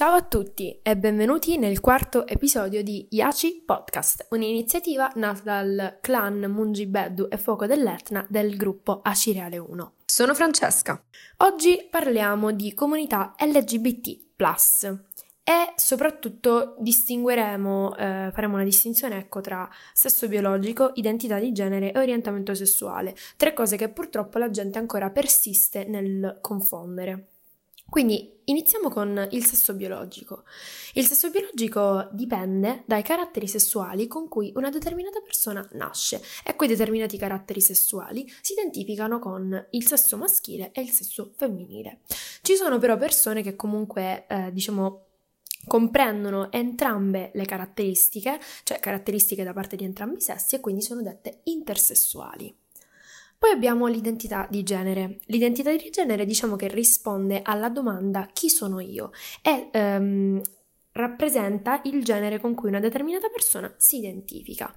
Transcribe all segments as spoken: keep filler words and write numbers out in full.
Ciao a tutti e benvenuti nel quarto episodio di Yachi Podcast, un'iniziativa nata dal clan Mungibeddu e Fuoco dell'Etna del gruppo Acireale uno. Sono Francesca. Oggi parliamo di comunità L G B T plus, e soprattutto distingueremo, eh, faremo una distinzione ecco, tra sesso biologico, identità di genere e orientamento sessuale, tre cose che purtroppo la gente ancora persiste nel confondere. Quindi iniziamo con il sesso biologico. Il sesso biologico dipende dai caratteri sessuali con cui una determinata persona nasce e quei determinati caratteri sessuali si identificano con il sesso maschile e il sesso femminile. Ci sono però persone che comunque, eh, diciamo, comprendono entrambe le caratteristiche, cioè caratteristiche da parte di entrambi i sessi, e quindi sono dette intersessuali. Poi abbiamo l'identità di genere. L'identità di genere diciamo che risponde alla domanda chi sono io e ehm, rappresenta il genere con cui una determinata persona si identifica.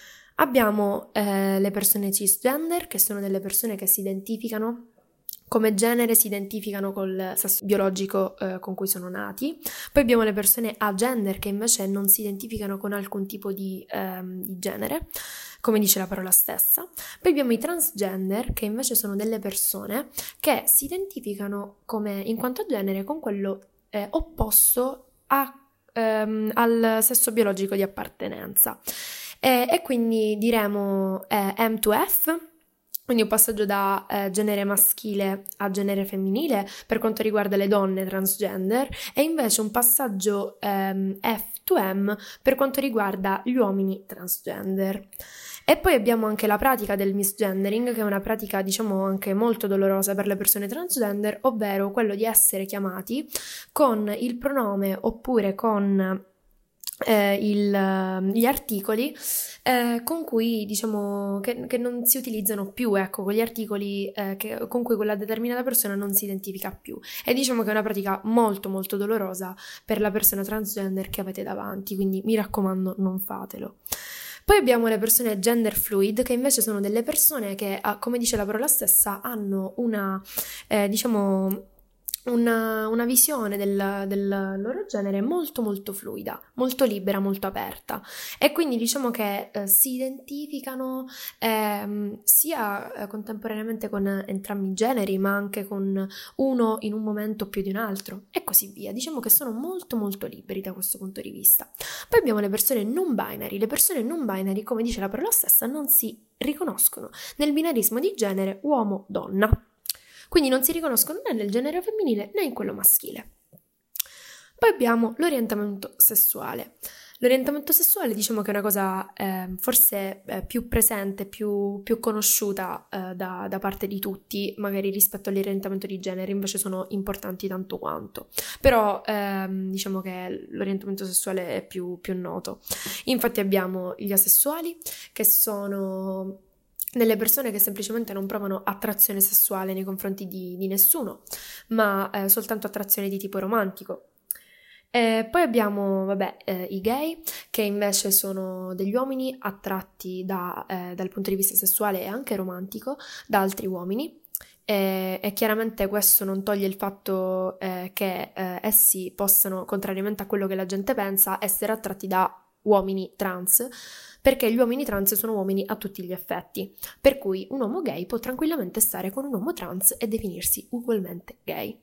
Abbiamo eh, le persone cisgender, che sono delle persone che si identificano come genere, si identificano col sesso biologico eh, con cui sono nati. Poi abbiamo le persone agender, che invece non si identificano con alcun tipo di, ehm, di genere, come dice la parola stessa. Poi abbiamo i transgender, che invece sono delle persone che si identificano come, in quanto genere, con quello eh, opposto a, ehm, al sesso biologico di appartenenza. E, e quindi diremo eh, M due F, quindi un passaggio da eh, genere maschile a genere femminile per quanto riguarda le donne transgender, e invece un passaggio ehm, F due M per quanto riguarda gli uomini transgender. E poi abbiamo anche la pratica del misgendering, che è una pratica diciamo anche molto dolorosa per le persone transgender, ovvero quello di essere chiamati con il pronome oppure con Eh, il, gli articoli eh, con cui diciamo che, che non si utilizzano più, ecco, quegli articoli eh, che, con cui quella determinata persona non si identifica più, e diciamo che è una pratica molto molto dolorosa per la persona transgender che avete davanti, quindi mi raccomando non fatelo. Poi abbiamo le persone gender fluid, che invece sono delle persone che, come dice la parola stessa, hanno una eh, diciamo Una, una visione del, del loro genere molto molto fluida, molto libera, molto aperta, e quindi diciamo che eh, si identificano ehm, sia eh, contemporaneamente con entrambi i generi, ma anche con uno in un momento più di un altro e così via. Diciamo che sono molto molto liberi da questo punto di vista. Poi abbiamo le persone non binary. Le persone non binary, come dice la parola stessa, non si riconoscono nel binarismo di genere uomo-donna. Quindi non si riconoscono né nel genere femminile né in quello maschile. Poi abbiamo l'orientamento sessuale. L'orientamento sessuale diciamo che è una cosa eh, forse eh, più presente, più, più conosciuta eh, da, da parte di tutti, magari rispetto all'orientamento di genere, invece sono importanti tanto quanto. Però ehm, diciamo che l'orientamento sessuale è più, più noto. Infatti abbiamo gli asessuali, che sono delle persone che semplicemente non provano attrazione sessuale nei confronti di, di nessuno, ma eh, soltanto attrazione di tipo romantico. E poi abbiamo, vabbè, eh, i gay, che invece sono degli uomini attratti da, eh, dal punto di vista sessuale e anche romantico da altri uomini. E, e chiaramente questo non toglie il fatto eh, che eh, essi possano, contrariamente a quello che la gente pensa, essere attratti da uomini trans, perché gli uomini trans sono uomini a tutti gli effetti, per cui un uomo gay può tranquillamente stare con un uomo trans e definirsi ugualmente gay.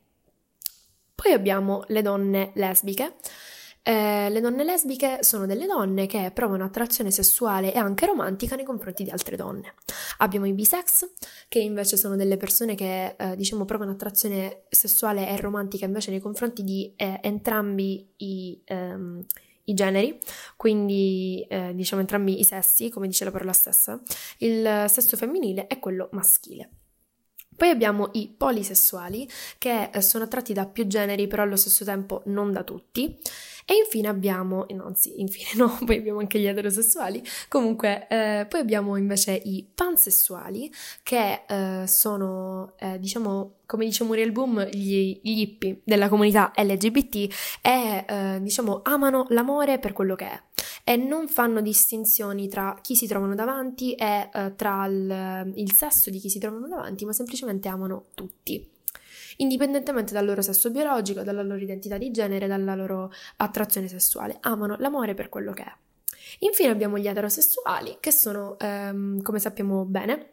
Poi abbiamo le donne lesbiche. Eh, le donne lesbiche sono delle donne che provano attrazione sessuale e anche romantica nei confronti di altre donne. Abbiamo i bisex, che invece sono delle persone che eh, diciamo provano attrazione sessuale e romantica invece nei confronti di eh, entrambi i ehm, i generi, quindi eh, diciamo entrambi i sessi, come dice la parola stessa, il sesso femminile e quello maschile. Poi abbiamo i polisessuali, che eh, sono attratti da più generi, però allo stesso tempo non da tutti. E infine abbiamo, no, anzi, infine no, poi abbiamo anche gli eterosessuali. Comunque, eh, poi abbiamo invece i pansessuali, che eh, sono, eh, diciamo, come dice Muriel Boom, gli, gli hippie della comunità L G B T, e eh, diciamo amano l'amore per quello che è e non fanno distinzioni tra chi si trovano davanti e eh, tra il, il sesso di chi si trovano davanti, ma semplicemente amano tutti. indipendentemente dal loro sesso biologico, dalla loro identità di genere, dalla loro attrazione sessuale. Amano l'amore per quello che è. Infine abbiamo gli eterosessuali, che sono, ehm, come sappiamo bene,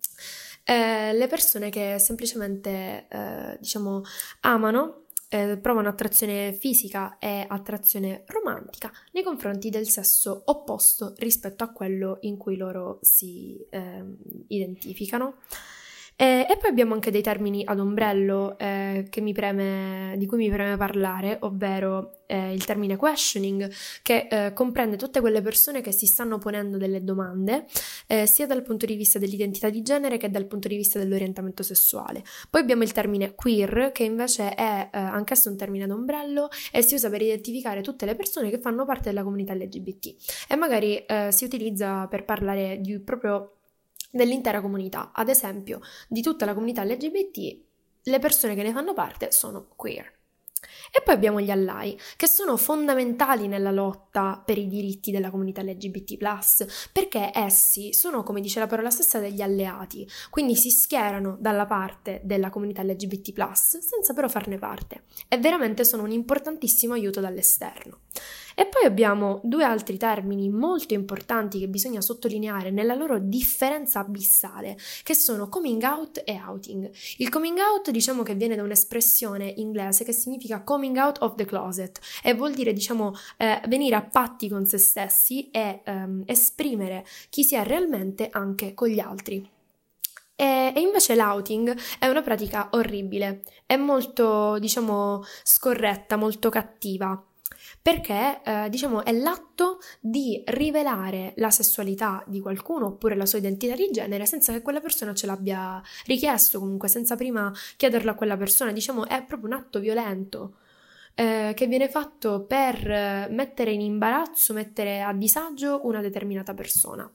eh, le persone che semplicemente, eh, diciamo, amano, eh, provano attrazione fisica e attrazione romantica nei confronti del sesso opposto rispetto a quello in cui loro si ehm, identificano. E, e poi abbiamo anche dei termini ad ombrello eh, che mi preme, di cui mi preme parlare, ovvero eh, il termine questioning, che eh, comprende tutte quelle persone che si stanno ponendo delle domande, eh, sia dal punto di vista dell'identità di genere che dal punto di vista dell'orientamento sessuale. Poi abbiamo il termine queer, che invece è eh, anch'esso un termine ad ombrello e si usa per identificare tutte le persone che fanno parte della comunità L G B T e magari eh, si utilizza per parlare di proprio dell'intera comunità, ad esempio di tutta la comunità L G B T, le persone che ne fanno parte sono queer. E poi abbiamo gli ally, che sono fondamentali nella lotta per i diritti della comunità L G B T plus, perché essi sono, come dice la parola stessa, degli alleati, quindi si schierano dalla parte della comunità L G B T plus, senza però farne parte, e veramente sono un importantissimo aiuto dall'esterno. E poi abbiamo due altri termini molto importanti che bisogna sottolineare nella loro differenza abissale, che sono coming out e outing. Il coming out, diciamo che viene da un'espressione inglese che significa coming out of the closet e vuol dire, diciamo, eh, venire a patti con se stessi e ehm, esprimere chi si è realmente anche con gli altri. E, e invece l'outing è una pratica orribile, è molto, diciamo, scorretta, molto cattiva. Perché, eh, diciamo, è l'atto di rivelare la sessualità di qualcuno oppure la sua identità di genere senza che quella persona ce l'abbia richiesto, comunque senza prima chiederlo a quella persona. Diciamo, è proprio un atto violento eh, che viene fatto per mettere in imbarazzo, mettere a disagio una determinata persona.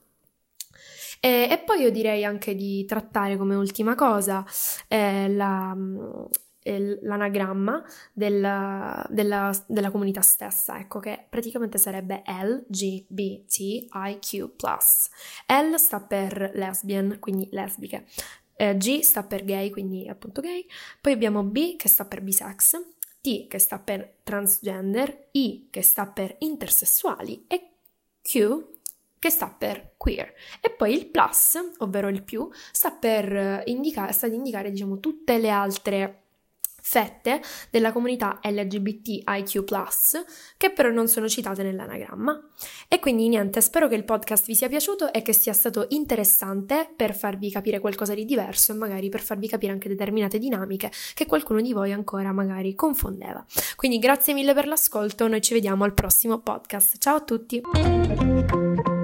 E, e poi io direi anche di trattare come ultima cosa eh, la... l'anagramma della, della, della comunità stessa, ecco, che praticamente sarebbe L G B T I Q plus. L sta per lesbian, quindi lesbiche, eh, G sta per gay, quindi appunto gay, poi abbiamo B che sta per bisex, T che sta per transgender, I che sta per intersessuali e Q che sta per queer. E poi il plus, ovvero il più, sta per indicare, sta ad indicare, diciamo, tutte le altre fette della comunità L G B T I Q plus, che però non sono citate nell'anagramma. E quindi niente, spero che il podcast vi sia piaciuto e che sia stato interessante per farvi capire qualcosa di diverso e magari per farvi capire anche determinate dinamiche che qualcuno di voi ancora magari confondeva. Quindi grazie mille per l'ascolto, noi ci vediamo al prossimo podcast. Ciao a tutti!